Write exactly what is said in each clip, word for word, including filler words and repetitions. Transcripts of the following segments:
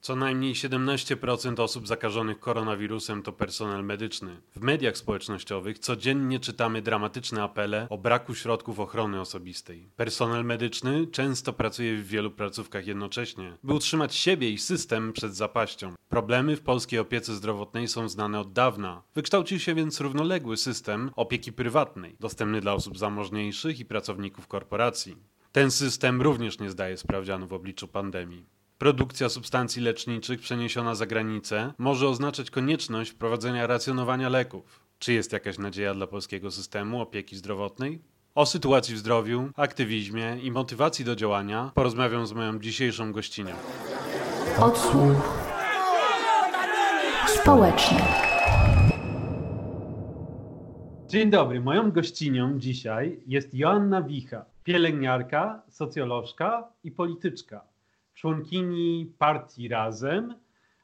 Co najmniej siedemnaście procent osób zakażonych koronawirusem to personel medyczny. W mediach społecznościowych codziennie czytamy dramatyczne apele o braku środków ochrony osobistej. Personel medyczny często pracuje w wielu placówkach jednocześnie, by utrzymać siebie i system przed zapaścią. Problemy w polskiej opiece zdrowotnej są znane od dawna. Wykształcił się więc równoległy system opieki prywatnej, dostępny dla osób zamożniejszych i pracowników korporacji. Ten system również nie zdaje sprawdzianu w obliczu pandemii. Produkcja substancji leczniczych przeniesiona za granicę może oznaczać konieczność wprowadzenia racjonowania leków. Czy jest jakaś nadzieja dla polskiego systemu opieki zdrowotnej? O sytuacji w zdrowiu, aktywizmie i motywacji do działania porozmawiam z moją dzisiejszą gościnią. Odsłuch społeczny. Dzień dobry, moją gościnią dzisiaj jest Joanna Wicha, pielęgniarka, socjolożka i polityczka. Członkini partii Razem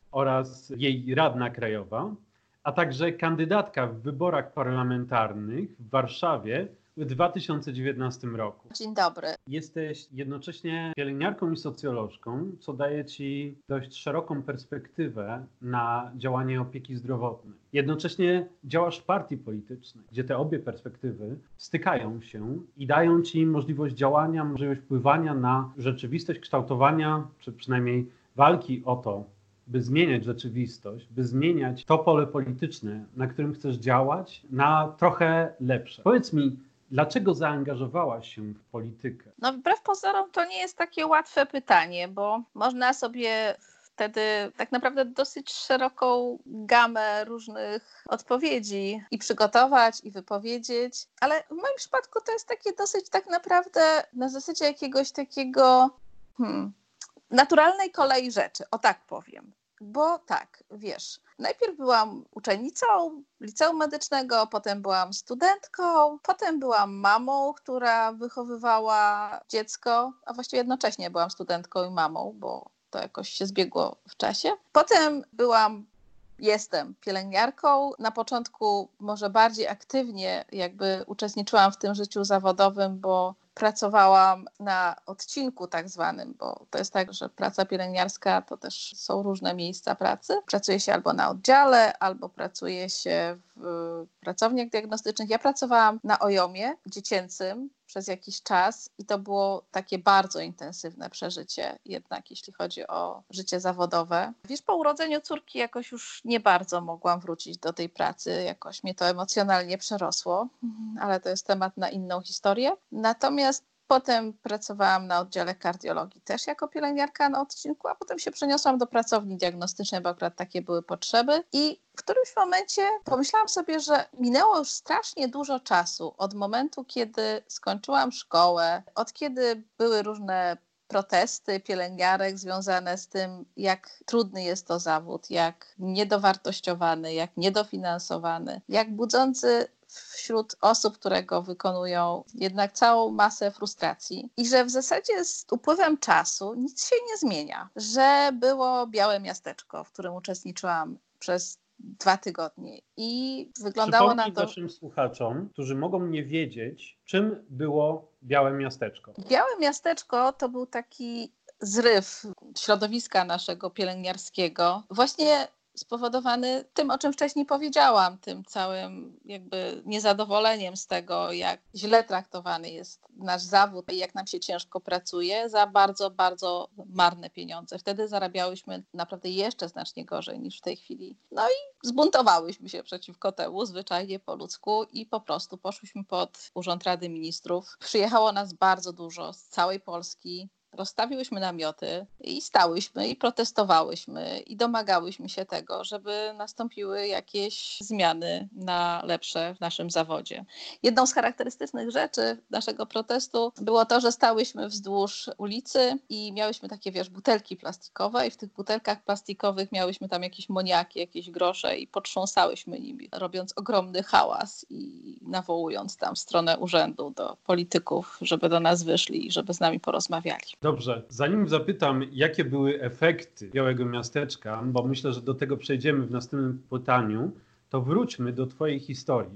oraz jej radna krajowa, a także kandydatka w wyborach parlamentarnych w Warszawie w dwa tysiące dziewiętnastym roku. Dzień dobry. Jesteś jednocześnie pielęgniarką i socjolożką, co daje Ci dość szeroką perspektywę na działanie opieki zdrowotnej. Jednocześnie działasz w partii politycznej, gdzie te obie perspektywy stykają się i dają Ci możliwość działania, możliwość wpływania na rzeczywistość, kształtowania, czy przynajmniej walki o to, by zmieniać rzeczywistość, by zmieniać to pole polityczne, na którym chcesz działać, na trochę lepsze. Powiedz mi, dlaczego zaangażowałaś się w politykę? No wbrew pozorom to nie jest takie łatwe pytanie, bo można sobie wtedy tak naprawdę dosyć szeroką gamę różnych odpowiedzi i przygotować, i wypowiedzieć, ale w moim przypadku to jest takie dosyć tak naprawdę na zasadzie jakiegoś takiego hmm, naturalnej kolei rzeczy, o tak powiem. Bo tak, wiesz, najpierw byłam uczennicą liceum medycznego, potem byłam studentką, potem byłam mamą, która wychowywała dziecko, a właściwie jednocześnie byłam studentką i mamą, bo to jakoś się zbiegło w czasie. Potem byłam, jestem pielęgniarką. Na początku może bardziej aktywnie jakby uczestniczyłam w tym życiu zawodowym, bo pracowałam na odcinku tak zwanym, bo to jest tak, że praca pielęgniarska to też są różne miejsca pracy. Pracuje się albo na oddziale, albo pracuje się w pracowniach diagnostycznych. Ja pracowałam na ojomie dziecięcym przez jakiś czas i to było takie bardzo intensywne przeżycie jednak, jeśli chodzi o życie zawodowe. Wiesz, po urodzeniu córki jakoś już nie bardzo mogłam wrócić do tej pracy, jakoś mnie to emocjonalnie przerosło, ale to jest temat na inną historię. Natomiast potem pracowałam na oddziale kardiologii też jako pielęgniarka na odcinku, a potem się przeniosłam do pracowni diagnostycznej, bo akurat takie były potrzeby. I w którymś momencie pomyślałam sobie, że minęło już strasznie dużo czasu od momentu, kiedy skończyłam szkołę, od kiedy były różne protesty pielęgniarek związane z tym, jak trudny jest to zawód, jak niedowartościowany, jak niedofinansowany, jak budzący wśród osób, które go wykonują, jednak całą masę frustracji i że w zasadzie z upływem czasu nic się nie zmienia, że było białe miasteczko, w którym uczestniczyłam przez dwa tygodnie i wyglądało Przypomnij na to... naszym słuchaczom, którzy mogą nie wiedzieć, czym było białe miasteczko. Białe miasteczko to był taki zryw środowiska naszego pielęgniarskiego, właśnie spowodowany tym, o czym wcześniej powiedziałam, tym całym jakby niezadowoleniem z tego, jak źle traktowany jest nasz zawód i jak nam się ciężko pracuje za bardzo, bardzo marne pieniądze. Wtedy zarabiałyśmy naprawdę jeszcze znacznie gorzej niż w tej chwili. No i zbuntowałyśmy się przeciwko temu, zwyczajnie po ludzku i po prostu poszłyśmy pod Urząd Rady Ministrów. Przyjechało nas bardzo dużo z całej Polski. Rozstawiłyśmy namioty i stałyśmy i protestowałyśmy i domagałyśmy się tego, żeby nastąpiły jakieś zmiany na lepsze w naszym zawodzie. Jedną z charakterystycznych rzeczy naszego protestu było to, że stałyśmy wzdłuż ulicy i miałyśmy takie, wiesz, butelki plastikowe i w tych butelkach plastikowych miałyśmy tam jakieś moniaki, jakieś grosze i potrząsałyśmy nimi, robiąc ogromny hałas i nawołując tam w stronę urzędu do polityków, żeby do nas wyszli i żeby z nami porozmawiali. Dobrze, zanim zapytam, jakie były efekty białego miasteczka, bo myślę, że do tego przejdziemy w następnym pytaniu, to wróćmy do Twojej historii.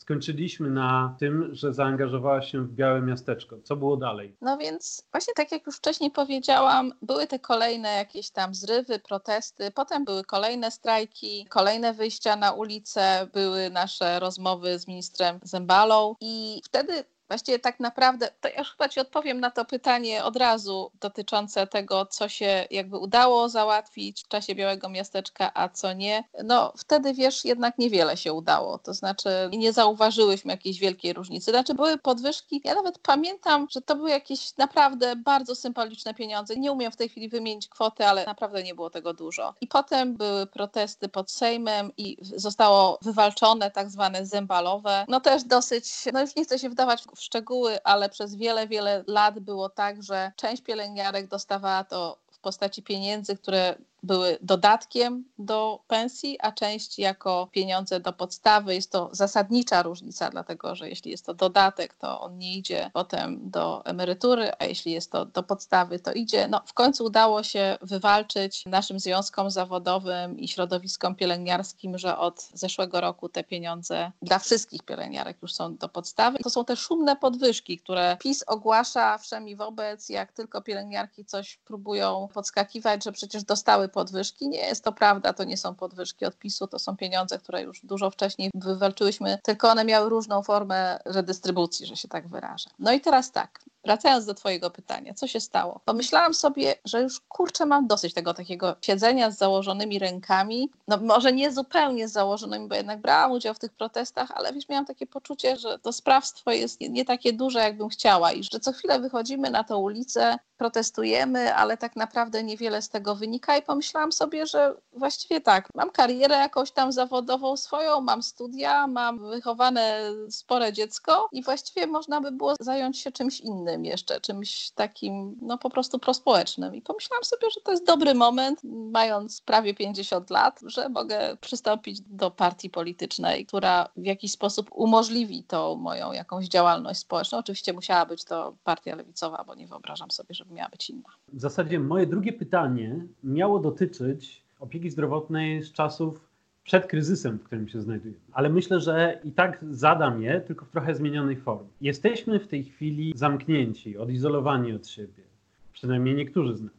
skończyliśmy na tym, że zaangażowałaś się w Białe Miasteczko. Co było dalej? No więc właśnie tak jak już wcześniej powiedziałam, były te kolejne jakieś tam zrywy, protesty, potem były kolejne strajki, kolejne wyjścia na ulicę, były nasze rozmowy z ministrem Zembalą i wtedy właściwie tak naprawdę, to ja już chyba Ci odpowiem na to pytanie od razu dotyczące tego, co się jakby udało załatwić w czasie Białego Miasteczka, a co nie. No wtedy wiesz, jednak niewiele się udało, to znaczy nie zauważyłyśmy jakiejś wielkiej różnicy. Znaczy były podwyżki, ja nawet pamiętam, że to były jakieś naprawdę bardzo symboliczne pieniądze. Nie umiem w tej chwili wymienić kwoty, ale naprawdę nie było tego dużo. I potem były protesty pod Sejmem i zostało wywalczone tak zwane zembalowe. No też dosyć, no już nie chcę się wdawać w w szczegóły, ale przez wiele, wiele lat było tak, że część pielęgniarek dostawała to w postaci pieniędzy, które były dodatkiem do pensji, a część jako pieniądze do podstawy. Jest to zasadnicza różnica, dlatego że jeśli jest to dodatek, to on nie idzie potem do emerytury, a jeśli jest to do podstawy, to idzie. No, w końcu udało się wywalczyć naszym związkom zawodowym i środowiskom pielęgniarskim, że od zeszłego roku te pieniądze dla wszystkich pielęgniarek już są do podstawy. To są te szumne podwyżki, które PiS ogłasza wszemi wobec, jak tylko pielęgniarki coś próbują podskakiwać, że przecież dostały podwyżki. Nie jest to prawda, to nie są podwyżki od PiSu, to są pieniądze, które już dużo wcześniej wywalczyłyśmy, tylko one miały różną formę redystrybucji, że się tak wyrażę. No i teraz tak, wracając do twojego pytania, co się stało? Pomyślałam sobie, że już kurczę mam dosyć tego takiego siedzenia z założonymi rękami, no może nie zupełnie z założonymi, bo jednak brałam udział w tych protestach, ale wiesz, miałam takie poczucie, że to sprawstwo jest nie, nie takie duże, jakbym chciała i że co chwilę wychodzimy na tę ulicę, protestujemy, ale tak naprawdę niewiele z tego wynika i pomyślałam sobie, że właściwie tak, mam karierę jakąś tam zawodową swoją, mam studia, mam wychowane spore dziecko i właściwie można by było zająć się czymś innym jeszcze, czymś takim no po prostu prospołecznym i pomyślałam sobie, że to jest dobry moment, mając prawie pięćdziesiąt lat, że mogę przystąpić do partii politycznej, która w jakiś sposób umożliwi tą moją jakąś działalność społeczną. Oczywiście musiała być to partia lewicowa, bo nie wyobrażam sobie, żeby miała być inna. W zasadzie moje drugie pytanie miało dotyczyć opieki zdrowotnej z czasów przed kryzysem, w którym się znajdujemy. Ale myślę, że i tak zadam je, tylko w trochę zmienionej formie. Jesteśmy w tej chwili zamknięci, odizolowani od siebie. Przynajmniej niektórzy z nas.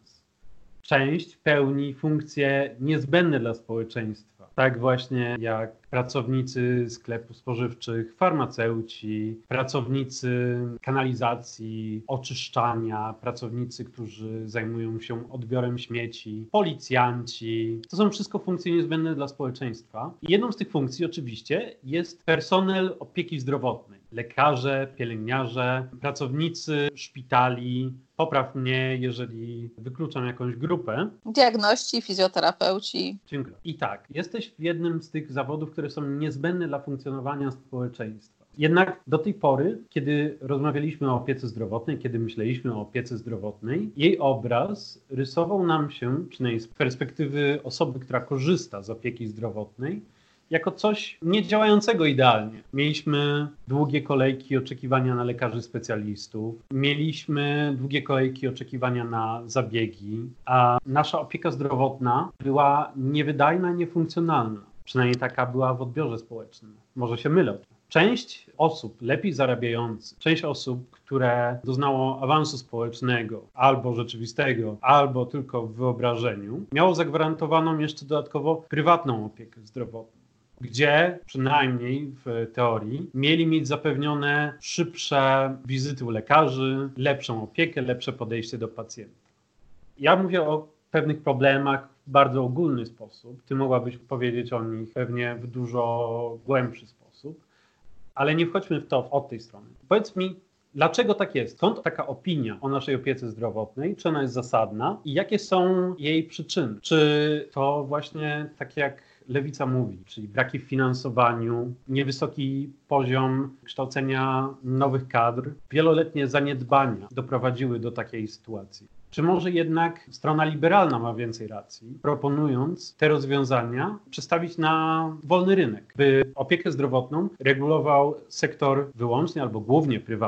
Część pełni funkcje niezbędne dla społeczeństwa. Tak właśnie jak pracownicy sklepów spożywczych, farmaceuci, pracownicy kanalizacji, oczyszczania, pracownicy, którzy zajmują się odbiorem śmieci, policjanci. To są wszystko funkcje niezbędne dla społeczeństwa. I jedną z tych funkcji oczywiście jest personel opieki zdrowotnej. Lekarze, pielęgniarze, pracownicy szpitali. Popraw mnie, jeżeli wykluczam jakąś grupę. Diagności, fizjoterapeuci. Dziękuję. I tak, jesteś w jednym z tych zawodów, które są niezbędne dla funkcjonowania społeczeństwa. Jednak do tej pory, kiedy rozmawialiśmy o opiece zdrowotnej, kiedy myśleliśmy o opiece zdrowotnej, jej obraz rysował nam się, przynajmniej z perspektywy osoby, która korzysta z opieki zdrowotnej, jako coś niedziałającego idealnie. Mieliśmy długie kolejki oczekiwania na lekarzy specjalistów, mieliśmy długie kolejki oczekiwania na zabiegi, a nasza opieka zdrowotna była niewydajna, niefunkcjonalna. Przynajmniej taka była w odbiorze społecznym. Może się mylę. Część osób lepiej zarabiających, część osób, które doznało awansu społecznego, albo rzeczywistego, albo tylko w wyobrażeniu, miało zagwarantowaną jeszcze dodatkowo prywatną opiekę zdrowotną, gdzie przynajmniej w teorii mieli mieć zapewnione szybsze wizyty u lekarzy, lepszą opiekę, lepsze podejście do pacjenta. Ja mówię o pewnych problemach w bardzo ogólny sposób. Ty mogłabyś powiedzieć o nich pewnie w dużo głębszy sposób, ale nie wchodźmy w to od tej strony. Powiedz mi, dlaczego tak jest? Skąd taka opinia o naszej opiece zdrowotnej? Czy ona jest zasadna? I jakie są jej przyczyny? Czy to właśnie tak jak Lewica mówi, czyli braki w finansowaniu, niewysoki poziom kształcenia nowych kadr, wieloletnie zaniedbania doprowadziły do takiej sytuacji? Czy może jednak strona liberalna ma więcej racji, proponując te rozwiązania przestawić na wolny rynek, by opiekę zdrowotną regulował sektor wyłącznie albo głównie prywatny,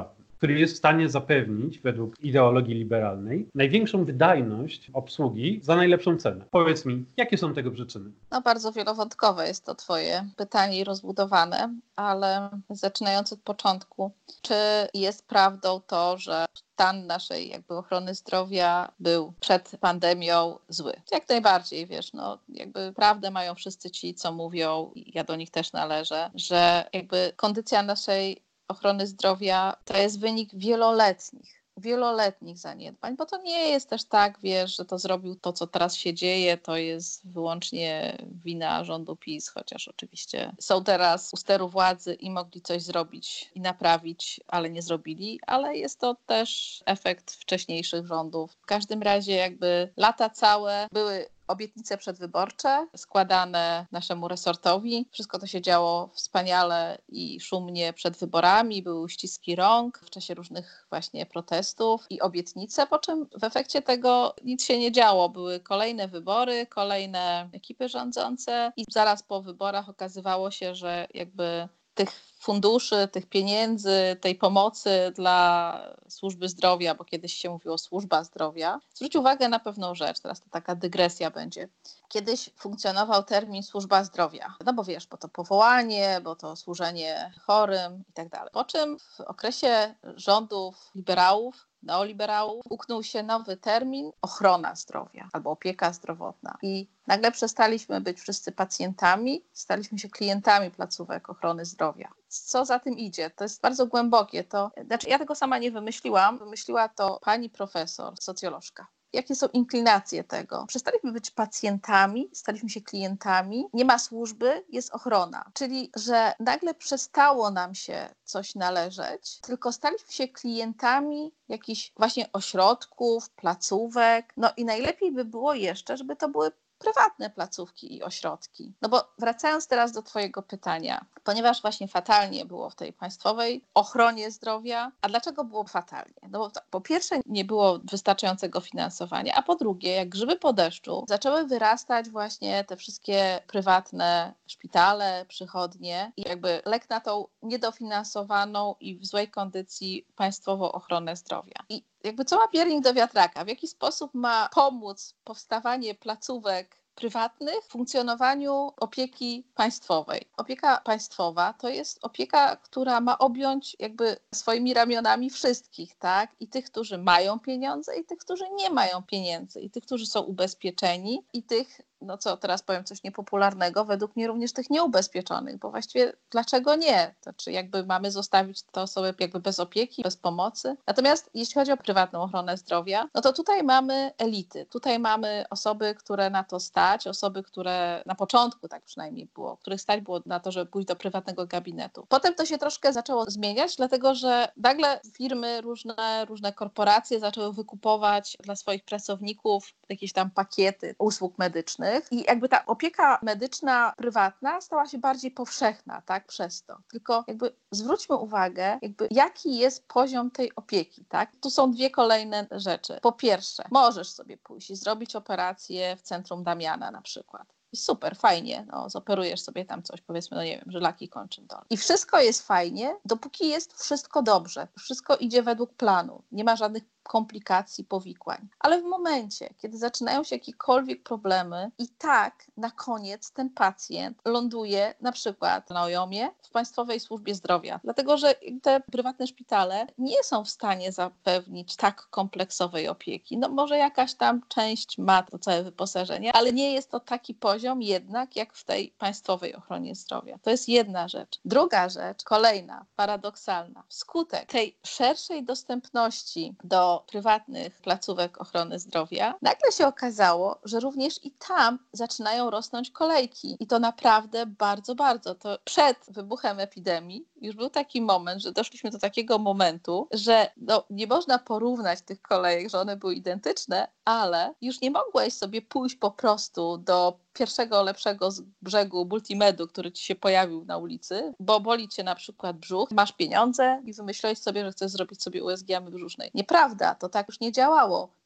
który jest w stanie zapewnić, według ideologii liberalnej, największą wydajność obsługi za najlepszą cenę. Powiedz mi, jakie są tego przyczyny? No bardzo wielowątkowe jest to twoje pytanie i rozbudowane, ale zaczynając od początku, czy jest prawdą to, że stan naszej jakby ochrony zdrowia był przed pandemią zły? Jak najbardziej, wiesz, no jakby prawdę mają wszyscy ci, co mówią, i ja do nich też należę, że jakby kondycja naszej ochrony zdrowia to jest wynik wieloletnich wieloletnich zaniedbań, bo to nie jest też tak, wiesz, że to zrobił to, co teraz się dzieje, to jest wyłącznie wina rządu PiS, chociaż oczywiście są teraz u steru władzy i mogli coś zrobić i naprawić, ale nie zrobili, ale jest to też efekt wcześniejszych rządów. W każdym razie jakby lata całe były obietnice przedwyborcze składane naszemu resortowi. Wszystko to się działo wspaniale i szumnie przed wyborami. Były uściski rąk w czasie różnych właśnie protestów i obietnice, po czym w efekcie tego nic się nie działo. Były kolejne wybory, kolejne ekipy rządzące i zaraz po wyborach okazywało się, że jakby tych funduszy, tych pieniędzy, tej pomocy dla służby zdrowia, bo kiedyś się mówiło służba zdrowia. Zwróć uwagę na pewną rzecz, teraz to taka dygresja będzie. Kiedyś funkcjonował termin służba zdrowia, no bo wiesz, bo to powołanie, bo to służenie chorym i tak dalej. Po czym w okresie rządów liberałów, neoliberałów uknął się nowy termin ochrona zdrowia albo opieka zdrowotna i nagle przestaliśmy być wszyscy pacjentami, staliśmy się klientami placówek ochrony zdrowia. Co za tym idzie? To jest bardzo głębokie. To, znaczy ja tego sama nie wymyśliłam, wymyśliła to pani profesor, socjolożka. Jakie są inklinacje tego? Przestaliśmy być pacjentami, staliśmy się klientami, nie ma służby, jest ochrona. Czyli, że nagle przestało nam się coś należeć, tylko staliśmy się klientami jakichś właśnie ośrodków, placówek. No i najlepiej by było jeszcze, żeby to były prywatne placówki i ośrodki. No bo wracając teraz do twojego pytania, ponieważ właśnie fatalnie było w tej państwowej ochronie zdrowia, a dlaczego było fatalnie? No bo to, po pierwsze nie było wystarczającego finansowania, a po drugie, jak grzyby po deszczu, zaczęły wyrastać właśnie te wszystkie prywatne szpitale, przychodnie i jakby lek na tą niedofinansowaną i w złej kondycji państwową ochronę zdrowia. I jakby co ma piernik do wiatraka? W jaki sposób ma pomóc powstawanie placówek prywatnych w funkcjonowaniu opieki państwowej? Opieka państwowa to jest opieka, która ma objąć jakby swoimi ramionami wszystkich, tak? I tych, którzy mają pieniądze, i tych, którzy nie mają pieniędzy, i tych, którzy są ubezpieczeni, i tych, no co teraz powiem coś niepopularnego, według mnie również tych nieubezpieczonych, bo właściwie dlaczego nie? To czy jakby mamy zostawić te osoby jakby bez opieki, bez pomocy? Natomiast jeśli chodzi o prywatną ochronę zdrowia, no to tutaj mamy elity, tutaj mamy osoby, które na to stać, osoby, które na początku tak przynajmniej było, których stać było na to, żeby pójść do prywatnego gabinetu. Potem to się troszkę zaczęło zmieniać, dlatego że nagle firmy różne, różne korporacje zaczęły wykupować dla swoich pracowników jakieś tam pakiety usług medycznych i jakby ta opieka medyczna prywatna stała się bardziej powszechna, tak, przez to. Tylko jakby zwróćmy uwagę, jakby jaki jest poziom tej opieki, tak? Tu są dwie kolejne rzeczy. Po pierwsze, możesz sobie pójść i zrobić operację w Centrum Damiana na przykład. I super, fajnie, no, zoperujesz sobie tam coś, powiedzmy, no nie wiem, żylaki kończyn dolne. I wszystko jest fajnie, dopóki jest wszystko dobrze, wszystko idzie według planu, nie ma żadnych komplikacji, powikłań. Ale w momencie, kiedy zaczynają się jakiekolwiek problemy i tak na koniec ten pacjent ląduje na przykład na O J O M-ie w Państwowej Służbie Zdrowia, dlatego że te prywatne szpitale nie są w stanie zapewnić tak kompleksowej opieki. No może jakaś tam część ma to całe wyposażenie, ale nie jest to taki poziom jednak jak w tej państwowej ochronie zdrowia. To jest jedna rzecz. Druga rzecz, kolejna, paradoksalna. Wskutek tej szerszej dostępności do prywatnych placówek ochrony zdrowia, nagle się okazało, że również i tam zaczynają rosnąć kolejki. I to naprawdę bardzo, bardzo. To przed wybuchem epidemii już był taki moment, że doszliśmy do takiego momentu, że no, nie można porównać tych kolejek, że one były identyczne, ale już nie mogłeś sobie pójść po prostu do pierwszego lepszego z brzegu multimedu, który ci się pojawił na ulicy, bo boli cię na przykład brzuch, masz pieniądze i wymyślałeś sobie, że chcesz zrobić sobie U S G jamy brzusznej. Nieprawda, to tak już nie działało.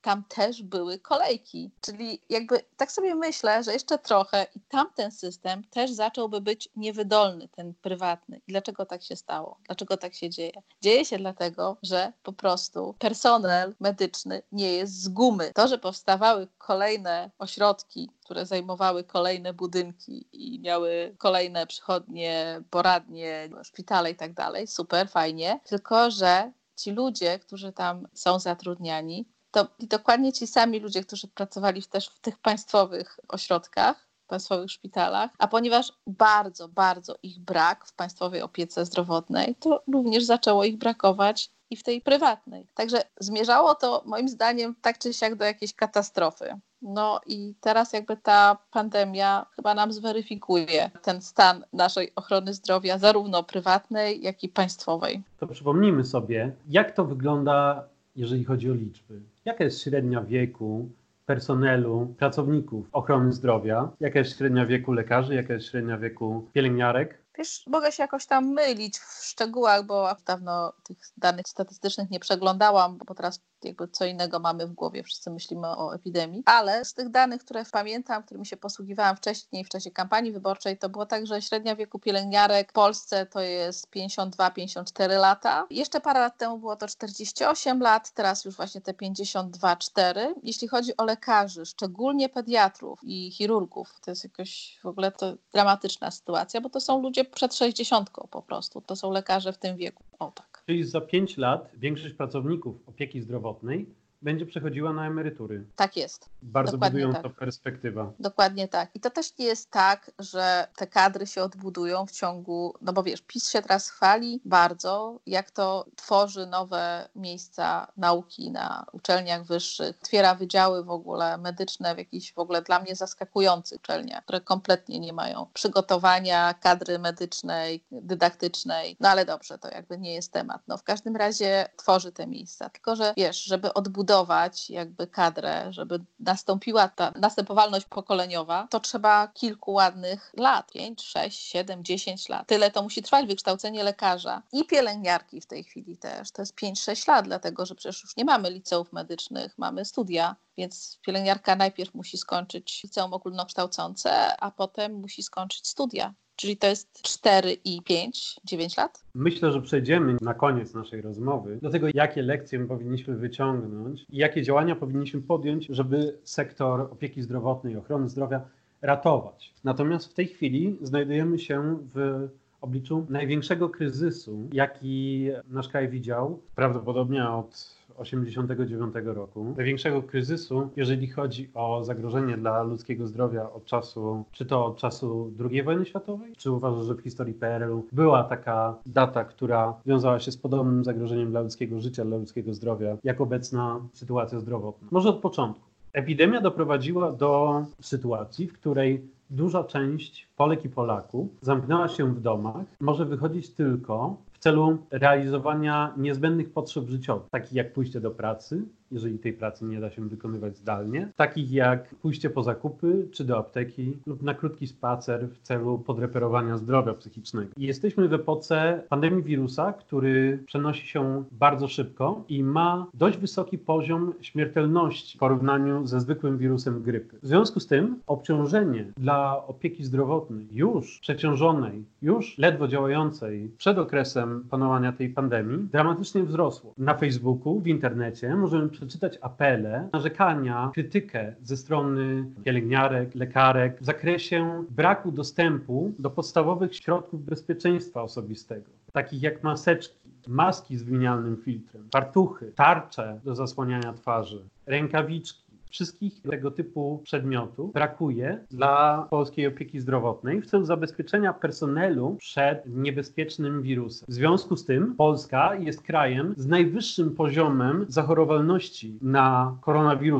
tam też były kolejki. Czyli jakby tak sobie myślę, że jeszcze trochę i tamten system też zacząłby być niewydolny, ten prywatny. I dlaczego tak się stało? Dlaczego tak się dzieje? Dzieje się dlatego, że po prostu personel medyczny nie jest z gumy. To, że powstawały kolejne ośrodki, które zajmowały kolejne budynki i miały kolejne przychodnie, poradnie, szpitale i tak dalej, super, fajnie, tylko że ci ludzie, którzy tam są zatrudniani, to dokładnie ci sami ludzie, którzy pracowali też w tych państwowych ośrodkach, państwowych szpitalach, a ponieważ bardzo, bardzo ich brak w państwowej opiece zdrowotnej, to również zaczęło ich brakować i w tej prywatnej. Także zmierzało to moim zdaniem tak czy siak do jakiejś katastrofy. No i teraz jakby ta pandemia chyba nam zweryfikuje ten stan naszej ochrony zdrowia, zarówno prywatnej, jak i państwowej. To przypomnijmy sobie, jak to wygląda, jeżeli chodzi o liczby. Jaka jest średnia wieku personelu, pracowników ochrony zdrowia? Jaka jest średnia wieku lekarzy? Jaka jest średnia wieku pielęgniarek? Wiesz, mogę się jakoś tam mylić w szczegółach, bo dawno tych danych statystycznych nie przeglądałam, bo teraz jakby co innego mamy w głowie, wszyscy myślimy o epidemii, ale z tych danych, które pamiętam, którymi się posługiwałam wcześniej w czasie kampanii wyborczej, to było tak, że średnia wieku pielęgniarek w Polsce to jest pięćdziesiąt dwa pięćdziesiąt cztery lata. Jeszcze parę lat temu było to czterdzieści osiem lat, teraz już właśnie te pięćdziesiąt dwa cztery. Jeśli chodzi o lekarzy, szczególnie pediatrów i chirurgów, to jest jakoś w ogóle to dramatyczna sytuacja, bo to są ludzie przed sześćdziesiątką po prostu, to są lekarze w tym wieku. O tak. Czyli za pięć lat większość pracowników opieki zdrowotnej będzie przechodziła na emerytury. Tak jest. Bardzo Dokładnie budująca tak. perspektywa. Dokładnie tak. I to też nie jest tak, że te kadry się odbudują w ciągu, no bo wiesz, PiS się teraz chwali bardzo, jak to tworzy nowe miejsca nauki na uczelniach wyższych, otwiera wydziały w ogóle medyczne w jakichś w ogóle dla mnie zaskakujących uczelniach, które kompletnie nie mają przygotowania kadry medycznej, dydaktycznej. No ale dobrze, to jakby nie jest temat. No w każdym razie tworzy te miejsca. Tylko że wiesz, żeby odbudować jakby kadrę, żeby nastąpiła ta następowalność pokoleniowa, to trzeba kilku ładnych lat, pięć, sześć, siedem, dziesięć lat. Tyle to musi trwać wykształcenie lekarza i pielęgniarki w tej chwili też. To jest pięć, sześć lat, dlatego że przecież już nie mamy liceów medycznych, mamy studia, więc pielęgniarka najpierw musi skończyć liceum ogólnokształcące, a potem musi skończyć studia. Czyli to jest cztery i pięć, dziewięć lat? Myślę, że przejdziemy na koniec naszej rozmowy do tego, jakie lekcje powinniśmy wyciągnąć i jakie działania powinniśmy podjąć, żeby sektor opieki zdrowotnej i ochrony zdrowia ratować. Natomiast w tej chwili znajdujemy się w obliczu największego kryzysu, jaki nasz kraj widział, prawdopodobnie od osiemdziesiątego dziewiątego roku. Największego kryzysu, jeżeli chodzi o zagrożenie dla ludzkiego zdrowia od czasu, czy to od czasu drugiej wojny światowej, czy uważasz, że w historii P R L-u była taka data, która wiązała się z podobnym zagrożeniem dla ludzkiego życia, dla ludzkiego zdrowia, jak obecna sytuacja zdrowotna? Może od początku. Epidemia doprowadziła do sytuacji, w której duża część Polek i Polaków zamknęła się w domach, może wychodzić tylko w celu realizowania niezbędnych potrzeb życiowych, takich jak pójście do pracy, jeżeli tej pracy nie da się wykonywać zdalnie, takich jak pójście po zakupy czy do apteki lub na krótki spacer w celu podreperowania zdrowia psychicznego. I jesteśmy w epoce pandemii wirusa, który przenosi się bardzo szybko i ma dość wysoki poziom śmiertelności w porównaniu ze zwykłym wirusem grypy. W związku z tym obciążenie dla opieki zdrowotnej już przeciążonej, już ledwo działającej przed okresem panowania tej pandemii dramatycznie wzrosło. Na Facebooku, w internecie możemy przeczytać apele, narzekania, krytykę ze strony pielęgniarek, lekarek w zakresie braku dostępu do podstawowych środków bezpieczeństwa osobistego, takich jak maseczki, maski z wymienialnym filtrem, fartuchy, tarcze do zasłaniania twarzy, rękawiczki. Wszystkich tego typu przedmiotów brakuje dla polskiej opieki zdrowotnej w celu zabezpieczenia personelu przed niebezpiecznym wirusem. W związku z tym Polska jest krajem z najwyższym poziomem zachorowalności na koronawirusa.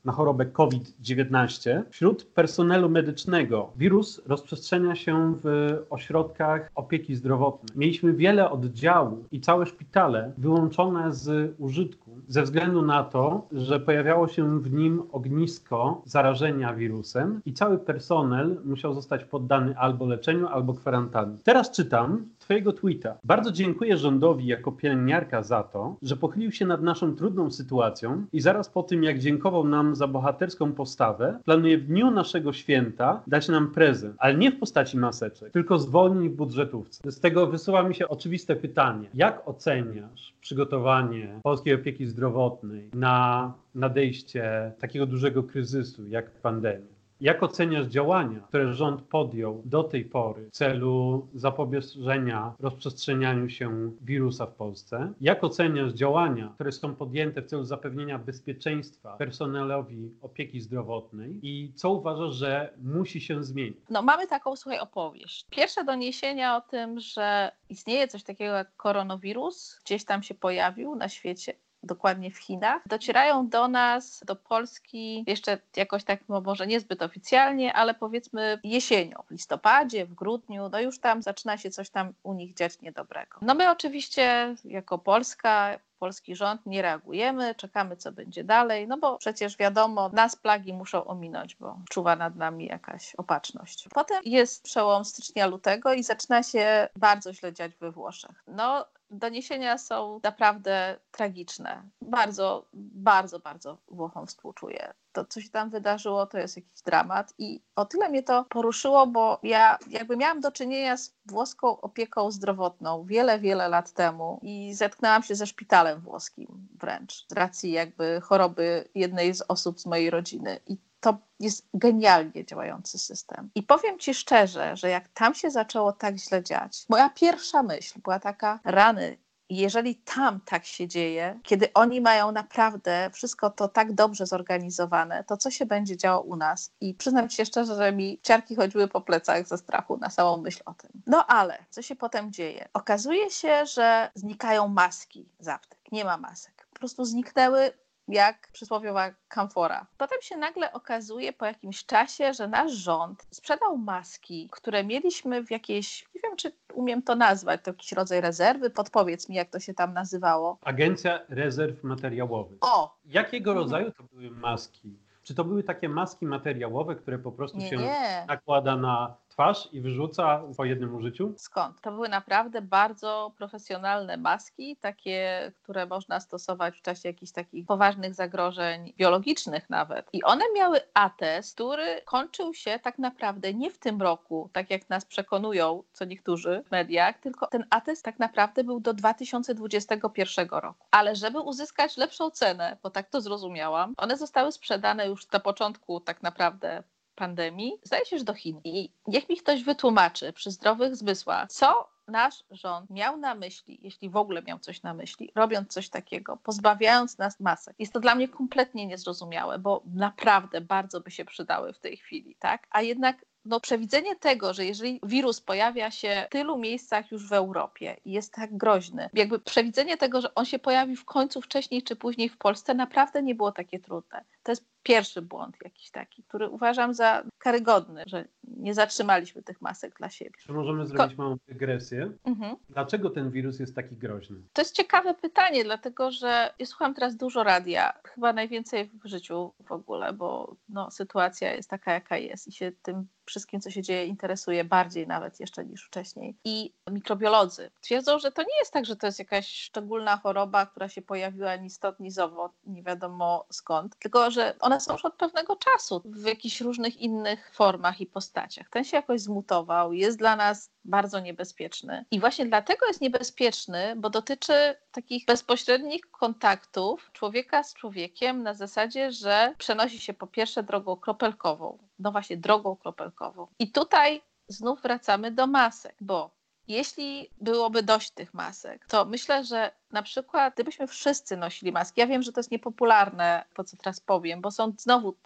na chorobę COVID dziewiętnaście wśród personelu medycznego. Wirus rozprzestrzenia się w ośrodkach opieki zdrowotnej. Mieliśmy wiele oddziałów i całe szpitale wyłączone z użytku ze względu na to, że pojawiało się w nim ognisko zarażenia wirusem i cały personel musiał zostać poddany albo leczeniu, albo kwarantannie. Teraz czytam twojego tweeta. Bardzo dziękuję rządowi jako pielęgniarka za to, że pochylił się nad naszą trudną sytuacją i zaraz po tym, jak dziękował nam za bohaterską postawę, planuje w dniu naszego święta dać nam prezent, ale nie w postaci maseczek, tylko zwolnień w budżetówce. Z tego wysuwa mi się oczywiste pytanie. Jak oceniasz przygotowanie polskiej opieki zdrowotnej na nadejście takiego dużego kryzysu jak pandemia? Jak oceniasz działania, które rząd podjął do tej pory w celu zapobieżenia rozprzestrzenianiu się wirusa w Polsce? Jak oceniasz działania, które są podjęte w celu zapewnienia bezpieczeństwa personelowi opieki zdrowotnej i co uważasz, że musi się zmienić? No mamy taką, słuchaj, opowieść. Pierwsze doniesienia o tym, że istnieje coś takiego jak koronawirus, gdzieś tam się pojawił na świecie, dokładnie w Chinach, docierają do nas, do Polski jeszcze jakoś tak, no może niezbyt oficjalnie, ale powiedzmy jesienią, w listopadzie, w grudniu, no już tam zaczyna się coś tam u nich dziać niedobrego. No my oczywiście jako Polska, polski rząd nie reagujemy, czekamy co będzie dalej, no bo przecież wiadomo, nas plagi muszą ominąć, bo czuwa nad nami jakaś opatrzność. Potem jest przełom stycznia, lutego i zaczyna się bardzo źle dziać we Włoszech. No doniesienia są naprawdę tragiczne. Bardzo, bardzo, bardzo Włochom współczuję. To, co się tam wydarzyło, to jest jakiś dramat i o tyle mnie to poruszyło, bo ja jakby miałam do czynienia z włoską opieką zdrowotną wiele, wiele lat temu i zetknęłam się ze szpitalem włoskim wręcz z racji jakby choroby jednej z osób z mojej rodziny i to jest genialnie działający system. I powiem Ci szczerze, że jak tam się zaczęło tak źle dziać, moja pierwsza myśl była taka, rany, jeżeli tam tak się dzieje, kiedy oni mają naprawdę wszystko to tak dobrze zorganizowane, to co się będzie działo u nas? I przyznam Ci się szczerze, że mi ciarki chodziły po plecach ze strachu na samą myśl o tym. No ale co się potem dzieje? Okazuje się, że znikają maski z aptek. Nie ma masek. Po prostu zniknęły jak przysłowiowa kamfora. Potem się nagle okazuje po jakimś czasie, że nasz rząd sprzedał maski, które mieliśmy w jakiejś, nie wiem czy umiem to nazwać, to jakiś rodzaj rezerwy, podpowiedz mi jak to się tam nazywało. Agencja Rezerw Materiałowych. O! Jakiego mhm. rodzaju to były maski? Czy to były takie maski materiałowe, które po prostu nie, się nie. nakłada na twarz i wyrzuca po jednym użyciu? Skąd? To były naprawdę bardzo profesjonalne maski, takie, które można stosować w czasie jakichś takich poważnych zagrożeń biologicznych nawet. I one miały atest, który kończył się tak naprawdę nie w tym roku, tak jak nas przekonują co niektórzy w mediach, tylko ten atest tak naprawdę był do dwa tysiące dwudziestego pierwszego roku. Ale żeby uzyskać lepszą cenę, bo tak to zrozumiałam, one zostały sprzedane już na początku tak naprawdę pandemii, zdaje się, że do Chin. I niech mi ktoś wytłumaczy przy zdrowych zmysłach, co nasz rząd miał na myśli, jeśli w ogóle miał coś na myśli, robiąc coś takiego, pozbawiając nas masek. Jest to dla mnie kompletnie niezrozumiałe, bo naprawdę bardzo by się przydały w tej chwili, tak? A jednak no, przewidzenie tego, że jeżeli wirus pojawia się w tylu miejscach już w Europie i jest tak groźny, jakby przewidzenie tego, że on się pojawi w końcu wcześniej czy później w Polsce, naprawdę nie było takie trudne. To jest pierwszy błąd jakiś taki, który uważam za karygodny, że nie zatrzymaliśmy tych masek dla siebie. Czy możemy zrobić Ko- małą dygresję? Mhm. Dlaczego ten wirus jest taki groźny? To jest ciekawe pytanie, dlatego że ja słucham teraz dużo radia, chyba najwięcej w życiu w ogóle, bo no, sytuacja jest taka, jaka jest i się tym wszystkim, co się dzieje, interesuje bardziej nawet jeszcze niż wcześniej. I mikrobiolodzy twierdzą, że to nie jest tak, że to jest jakaś szczególna choroba, która się pojawiła ni stąd, ni zowąd, nie wiadomo skąd, tylko że one są już od pewnego czasu w jakichś różnych innych formach i postaciach. Ten się jakoś zmutował, jest dla nas bardzo niebezpieczny. I właśnie dlatego jest niebezpieczny, bo dotyczy takich bezpośrednich kontaktów człowieka z człowiekiem na zasadzie, że przenosi się po pierwsze drogą kropelkową. No właśnie, drogą kropelkową. I tutaj znów wracamy do masek, bo jeśli byłoby dość tych masek, to myślę, że na przykład gdybyśmy wszyscy nosili maski, ja wiem, że to jest niepopularne, to co teraz powiem, bo są znowu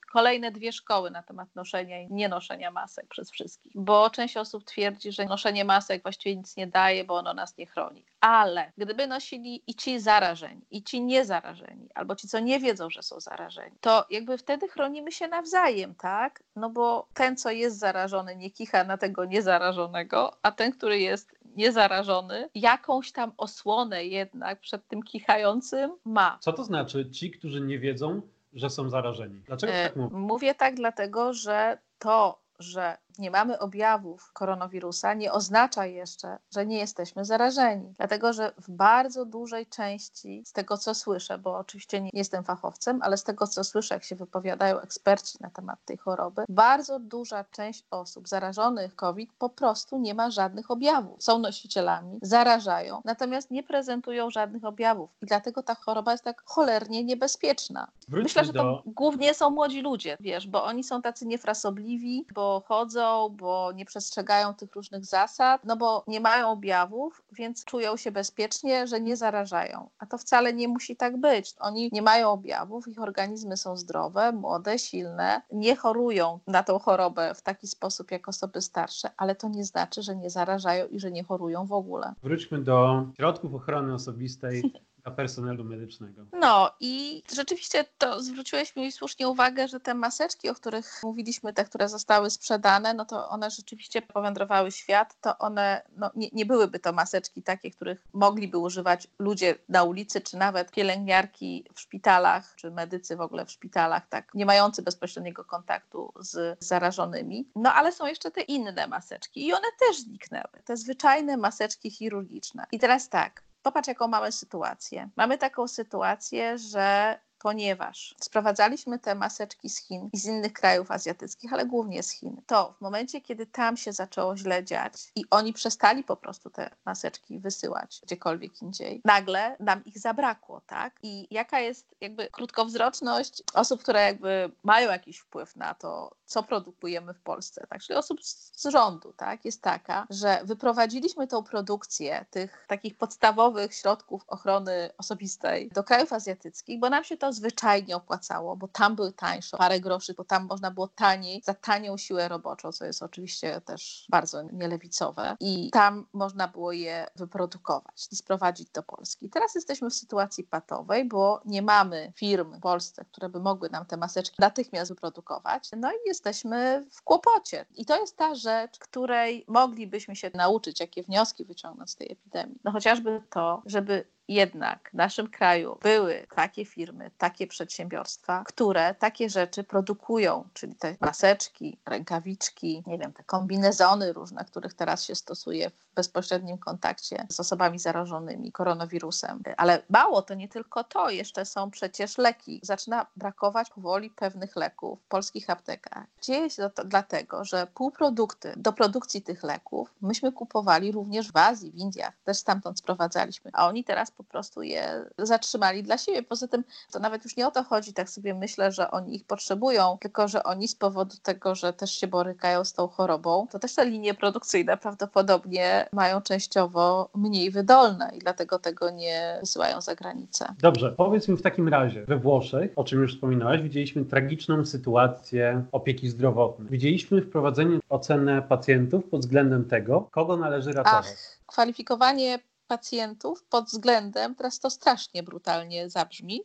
kolejne dwie szkoły na temat noszenia i nienoszenia masek przez wszystkich, bo część osób twierdzi, że noszenie masek właściwie nic nie daje, bo ono nas nie chroni. Ale gdyby nosili i ci zarażeni, i ci niezarażeni, albo ci, co nie wiedzą, że są zarażeni, to jakby wtedy chronimy się nawzajem, tak? No bo ten, co jest zarażony, nie kicha na tego niezarażonego, a ten, który jest niezarażony, jakąś tam osłonę jednak przed tym kichającym ma. Co to znaczy ci, którzy nie wiedzą, że są zarażeni? Dlaczego tak mówię? Mówię tak dlatego, że to, że nie mamy objawów koronawirusa, nie oznacza jeszcze, że nie jesteśmy zarażeni. Dlatego, że w bardzo dużej części, z tego co słyszę, bo oczywiście nie jestem fachowcem, ale z tego co słyszę, jak się wypowiadają eksperci na temat tej choroby, bardzo duża część osób zarażonych COVID po prostu nie ma żadnych objawów. Są nosicielami, zarażają, natomiast nie prezentują żadnych objawów. I dlatego ta choroba jest tak cholernie niebezpieczna. Wróćmy Myślę, że to do... głównie są młodzi ludzie, wiesz, bo oni są tacy niefrasobliwi, bo chodzą, bo nie przestrzegają tych różnych zasad, no bo nie mają objawów, więc czują się bezpiecznie, że nie zarażają. A to wcale nie musi tak być. Oni nie mają objawów, ich organizmy są zdrowe, młode, silne, nie chorują na tą chorobę w taki sposób jak osoby starsze, ale to nie znaczy, że nie zarażają i że nie chorują w ogóle. Wróćmy do środków ochrony osobistej dla personelu medycznego. No i rzeczywiście to zwróciłeś mi słusznie uwagę, że te maseczki, o których mówiliśmy, te, które zostały sprzedane, no to one rzeczywiście powędrowały świat, to one no, nie, nie byłyby to maseczki takie, których mogliby używać ludzie na ulicy, czy nawet pielęgniarki w szpitalach, czy medycy w ogóle w szpitalach, tak, nie mający bezpośredniego kontaktu z zarażonymi. No ale są jeszcze te inne maseczki i one też zniknęły, te zwyczajne maseczki chirurgiczne. I teraz tak, popatrz, jaką mamy sytuację. Mamy taką sytuację, że ponieważ sprowadzaliśmy te maseczki z Chin i z innych krajów azjatyckich, ale głównie z Chin, to w momencie, kiedy tam się zaczęło źle dziać i oni przestali po prostu te maseczki wysyłać gdziekolwiek indziej, nagle nam ich zabrakło, tak? I jaka jest jakby krótkowzroczność osób, które jakby mają jakiś wpływ na to, co produkujemy w Polsce, tak? Czyli osób z rządu, tak? Jest taka, że wyprowadziliśmy tą produkcję tych takich podstawowych środków ochrony osobistej do krajów azjatyckich, bo nam się to zwyczajnie opłacało, bo tam były tańsze, parę groszy, bo tam można było taniej, za tanią siłę roboczą, co jest oczywiście też bardzo nielewicowe i tam można było je wyprodukować i sprowadzić do Polski. Teraz jesteśmy w sytuacji patowej, bo nie mamy firm w Polsce, które by mogły nam te maseczki natychmiast wyprodukować, no i jesteśmy w kłopocie. I to jest ta rzecz, której moglibyśmy się nauczyć, jakie wnioski wyciągnąć z tej epidemii. No chociażby to, żeby jednak w naszym kraju były takie firmy, takie przedsiębiorstwa, które takie rzeczy produkują, czyli te maseczki, rękawiczki, nie wiem, te kombinezony różne, których teraz się stosuje w bezpośrednim kontakcie z osobami zarażonymi koronawirusem. Ale mało, to nie tylko to, jeszcze są przecież leki. Zaczyna brakować powoli pewnych leków w polskich aptekach. Dzieje się to dlatego, że półprodukty do produkcji tych leków myśmy kupowali również w Azji, w Indiach, też stamtąd sprowadzaliśmy, a oni teraz po prostu je zatrzymali dla siebie. Poza tym to nawet już nie o to chodzi, tak sobie myślę, że oni ich potrzebują, tylko że oni z powodu tego, że też się borykają z tą chorobą, to też te linie produkcyjne prawdopodobnie mają częściowo mniej wydolne i dlatego tego nie wysyłają za granicę. Dobrze, powiedz mi w takim razie, we Włoszech, o czym już wspominałaś, widzieliśmy tragiczną sytuację opieki zdrowotnej. Widzieliśmy wprowadzenie oceny pacjentów pod względem tego, kogo należy ratować. Ach, kwalifikowanie pacjentów pod względem, teraz to strasznie brutalnie zabrzmi,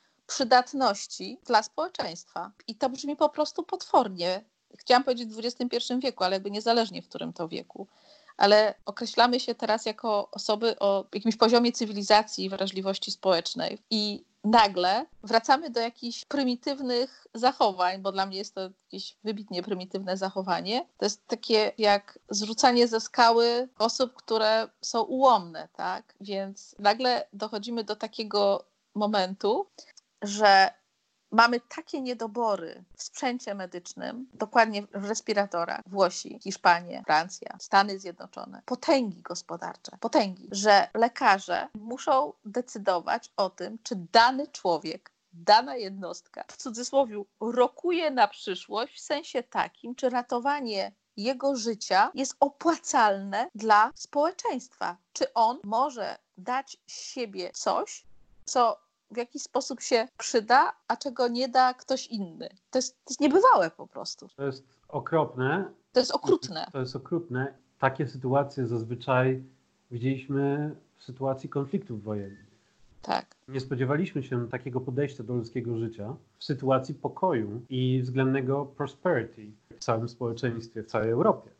przydatności dla społeczeństwa. I to brzmi po prostu potwornie. Chciałam powiedzieć w dwudziestym pierwszym wieku, ale jakby niezależnie w którym to wieku. Ale określamy się teraz jako osoby o jakimś poziomie cywilizacji i wrażliwości społecznej. I nagle wracamy do jakichś prymitywnych zachowań, bo dla mnie jest to jakieś wybitnie prymitywne zachowanie. To jest takie jak zrzucanie ze skały osób, które są ułomne, tak? Więc nagle dochodzimy do takiego momentu, że mamy takie niedobory w sprzęcie medycznym, dokładnie w respiratorach, Włosi, Hiszpania, Francja, Stany Zjednoczone, potęgi gospodarcze, potęgi, że lekarze muszą decydować o tym, czy dany człowiek, dana jednostka, w cudzysłowie, rokuje na przyszłość w sensie takim, czy ratowanie jego życia jest opłacalne dla społeczeństwa. Czy on może dać z siebie coś, co w jakiś sposób się przyda, a czego nie da ktoś inny. To jest, to jest niebywałe po prostu. To jest okropne. To jest okrutne. To jest okrutne. Takie sytuacje zazwyczaj widzieliśmy w sytuacji konfliktów wojennych. Tak. Nie spodziewaliśmy się takiego podejścia do ludzkiego życia w sytuacji pokoju i względnego prosperity w całym społeczeństwie, w całej Europie.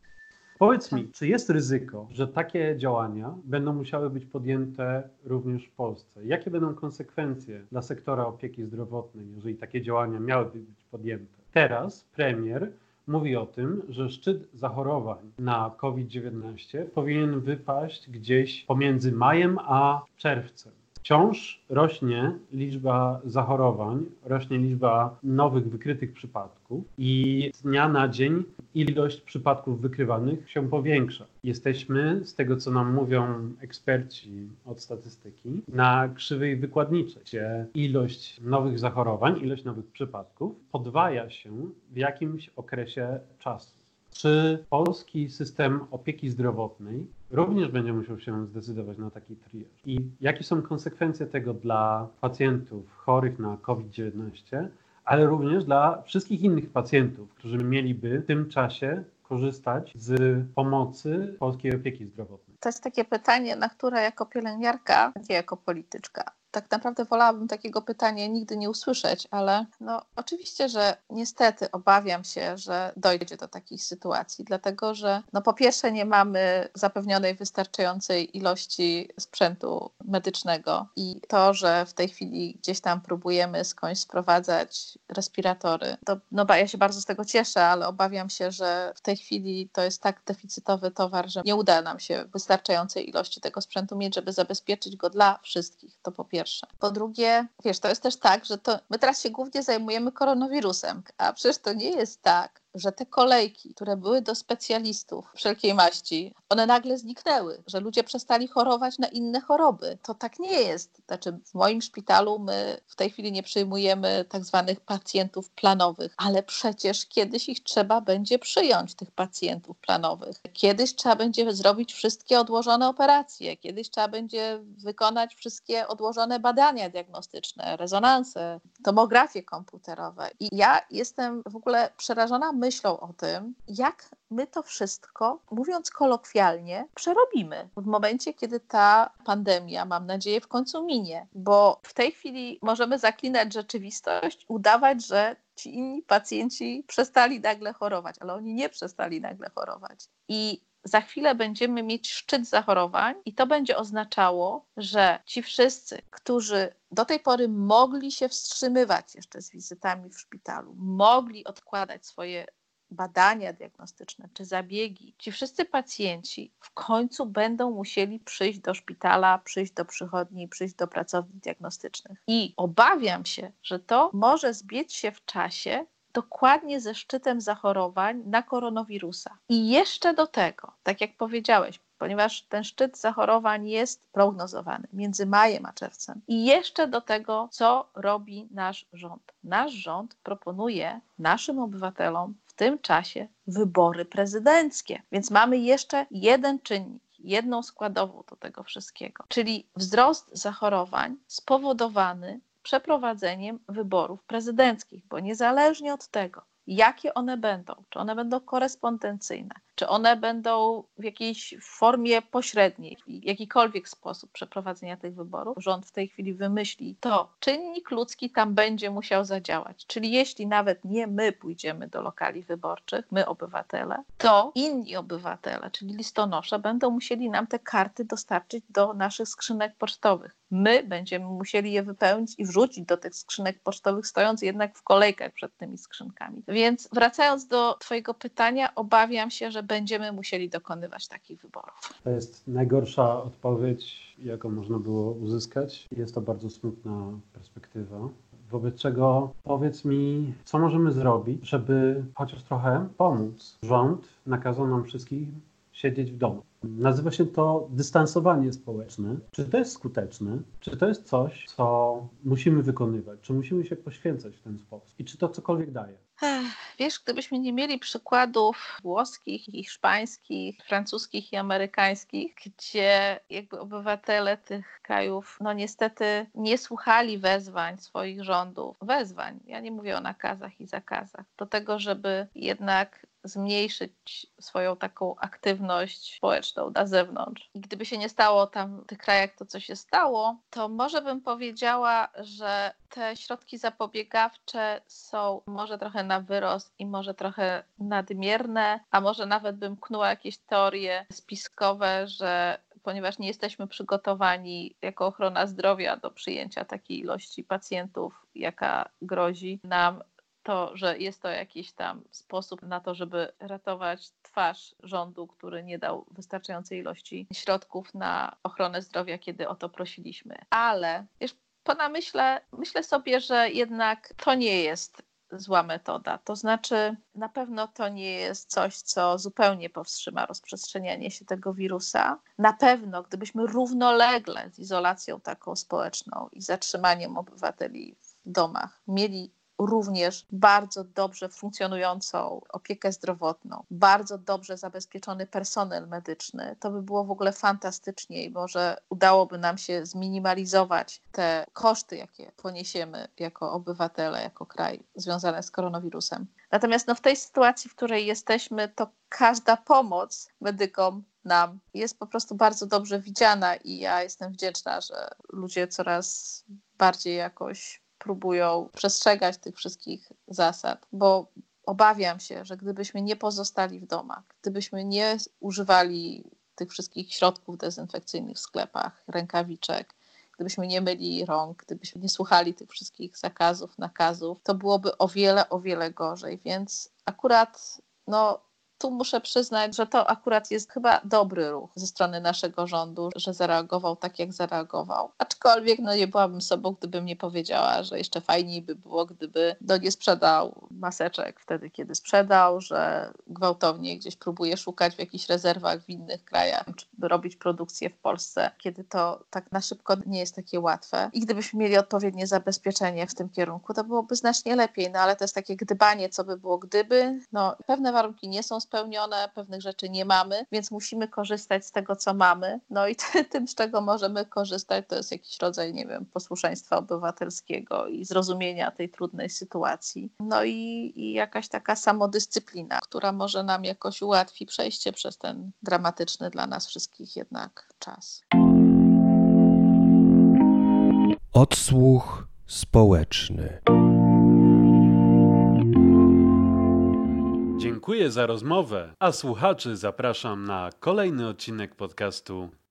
Powiedz mi, czy jest ryzyko, że takie działania będą musiały być podjęte również w Polsce? Jakie będą konsekwencje dla sektora opieki zdrowotnej, jeżeli takie działania miałyby być podjęte? Teraz premier mówi o tym, że szczyt zachorowań na COVID dziewiętnaście powinien wypaść gdzieś pomiędzy majem a czerwcem. Wciąż rośnie liczba zachorowań, rośnie liczba nowych wykrytych przypadków i z dnia na dzień ilość przypadków wykrywanych się powiększa. Jesteśmy, z tego co nam mówią eksperci od statystyki, na krzywej wykładniczej, gdzie ilość nowych zachorowań, ilość nowych przypadków podwaja się w jakimś okresie czasu. Czy polski system opieki zdrowotnej również będzie musiał się zdecydować na taki triaż? I jakie są konsekwencje tego dla pacjentów chorych na COVID dziewiętnaście, ale również dla wszystkich innych pacjentów, którzy mieliby w tym czasie korzystać z pomocy polskiej opieki zdrowotnej? To jest takie pytanie, na które jako pielęgniarka, nie jako polityczka, tak naprawdę wolałabym takiego pytania nigdy nie usłyszeć, ale no oczywiście, że niestety obawiam się, że dojdzie do takich sytuacji, dlatego że no po pierwsze nie mamy zapewnionej wystarczającej ilości sprzętu medycznego i to, że w tej chwili gdzieś tam próbujemy skądś sprowadzać respiratory, to no ja się bardzo z tego cieszę, ale obawiam się, że w tej chwili to jest tak deficytowy towar, że nie uda nam się wystarczającej ilości tego sprzętu mieć, żeby zabezpieczyć go dla wszystkich. To po pierwsze. Po drugie, wiesz, to jest też tak, że to my teraz się głównie zajmujemy koronawirusem, a przecież to nie jest tak, że te kolejki, które były do specjalistów wszelkiej maści, one nagle zniknęły, że ludzie przestali chorować na inne choroby. To tak nie jest. Znaczy w moim szpitalu my w tej chwili nie przyjmujemy tak zwanych pacjentów planowych, ale przecież kiedyś ich trzeba będzie przyjąć, tych pacjentów planowych. Kiedyś trzeba będzie zrobić wszystkie odłożone operacje, kiedyś trzeba będzie wykonać wszystkie odłożone badania diagnostyczne, rezonanse, tomografie komputerowe. I ja jestem w ogóle przerażona myślą o tym, jak my to wszystko, mówiąc kolokwialnie, przerobimy w momencie, kiedy ta pandemia, mam nadzieję, w końcu minie. Bo w tej chwili możemy zaklinać rzeczywistość, udawać, że ci inni pacjenci przestali nagle chorować, ale oni nie przestali nagle chorować. I za chwilę będziemy mieć szczyt zachorowań i to będzie oznaczało, że ci wszyscy, którzy do tej pory mogli się wstrzymywać jeszcze z wizytami w szpitalu, mogli odkładać swoje badania diagnostyczne czy zabiegi, ci wszyscy pacjenci w końcu będą musieli przyjść do szpitala, przyjść do przychodni, przyjść do pracowni diagnostycznych. I obawiam się, że to może zbiec się w czasie dokładnie ze szczytem zachorowań na koronawirusa. I jeszcze do tego, tak jak powiedziałeś, ponieważ ten szczyt zachorowań jest prognozowany między majem a czerwcem. I jeszcze do tego, co robi nasz rząd. Nasz rząd proponuje naszym obywatelom w tym czasie wybory prezydenckie. Więc mamy jeszcze jeden czynnik, jedną składową do tego wszystkiego, czyli wzrost zachorowań spowodowany przeprowadzeniem wyborów prezydenckich, bo niezależnie od tego, jakie one będą, czy one będą korespondencyjne, czy one będą w jakiejś formie pośredniej, w jakikolwiek sposób przeprowadzenia tych wyborów, rząd w tej chwili wymyśli, to czynnik ludzki tam będzie musiał zadziałać. Czyli jeśli nawet nie my pójdziemy do lokali wyborczych, my obywatele, to inni obywatele, czyli listonosze, będą musieli nam te karty dostarczyć do naszych skrzynek pocztowych. My będziemy musieli je wypełnić i wrzucić do tych skrzynek pocztowych, stojąc jednak w kolejkach przed tymi skrzynkami. Więc wracając do twojego pytania, obawiam się, że będziemy musieli dokonywać takich wyborów. To jest najgorsza odpowiedź, jaką można było uzyskać. Jest to bardzo smutna perspektywa. Wobec czego powiedz mi, co możemy zrobić, żeby chociaż trochę pomóc. Rząd nakazał nam wszystkim siedzieć w domu. Nazywa się to dystansowanie społeczne. Czy to jest skuteczne? Czy to jest coś, co musimy wykonywać? Czy musimy się poświęcać w ten sposób? I czy to cokolwiek daje? Ech, wiesz, gdybyśmy nie mieli przykładów włoskich, hiszpańskich, francuskich i amerykańskich, gdzie jakby obywatele tych krajów, no niestety nie słuchali wezwań swoich rządów, wezwań, ja nie mówię o nakazach i zakazach, do tego, żeby jednak zmniejszyć swoją taką aktywność społeczną na zewnątrz. I gdyby się nie stało tam w tych krajach to, co się stało, to może bym powiedziała, że te środki zapobiegawcze są może trochę na wyrost i może trochę nadmierne, a może nawet bym knuła jakieś teorie spiskowe, że ponieważ nie jesteśmy przygotowani jako ochrona zdrowia do przyjęcia takiej ilości pacjentów, jaka grozi nam, to, że jest to jakiś tam sposób na to, żeby ratować twarz rządu, który nie dał wystarczającej ilości środków na ochronę zdrowia, kiedy o to prosiliśmy. Ale wiesz, po namyśle myślę sobie, że jednak to nie jest zła metoda. To znaczy na pewno to nie jest coś, co zupełnie powstrzyma rozprzestrzenianie się tego wirusa. Na pewno gdybyśmy równolegle z izolacją taką społeczną i zatrzymaniem obywateli w domach mieli również bardzo dobrze funkcjonującą opiekę zdrowotną, bardzo dobrze zabezpieczony personel medyczny, to by było w ogóle fantastycznie i może udałoby nam się zminimalizować te koszty, jakie poniesiemy jako obywatele, jako kraj związane z koronawirusem. Natomiast no, w tej sytuacji, w której jesteśmy, to każda pomoc medykom nam jest po prostu bardzo dobrze widziana i ja jestem wdzięczna, że ludzie coraz bardziej jakoś próbują przestrzegać tych wszystkich zasad, bo obawiam się, że gdybyśmy nie pozostali w domach, gdybyśmy nie używali tych wszystkich środków dezynfekcyjnych w sklepach, rękawiczek, gdybyśmy nie myli rąk, gdybyśmy nie słuchali tych wszystkich zakazów, nakazów, to byłoby o wiele, o wiele gorzej, więc akurat no tu muszę przyznać, że to akurat jest chyba dobry ruch ze strony naszego rządu, że zareagował tak, jak zareagował. Aczkolwiek no, nie byłabym sobą, gdybym nie powiedziała, że jeszcze fajniej by było, gdyby no, nie sprzedał maseczek wtedy, kiedy sprzedał, że gwałtownie gdzieś próbuje szukać w jakichś rezerwach w innych krajach, czy robić produkcję w Polsce, kiedy to tak na szybko nie jest takie łatwe. I gdybyśmy mieli odpowiednie zabezpieczenie w tym kierunku, to byłoby znacznie lepiej. No ale to jest takie gdybanie, co by było gdyby. No, pewne warunki nie są spełnione, pewnych rzeczy nie mamy, więc musimy korzystać z tego, co mamy. No i tym, z czego możemy korzystać, to jest jakiś rodzaj, nie wiem, posłuszeństwa obywatelskiego i zrozumienia tej trudnej sytuacji. No i, i jakaś taka samodyscyplina, która może nam jakoś ułatwi przejście przez ten dramatyczny dla nas wszystkich jednak czas. Odsłuch społeczny. Dziękuję za rozmowę, a słuchaczy zapraszam na kolejny odcinek podcastu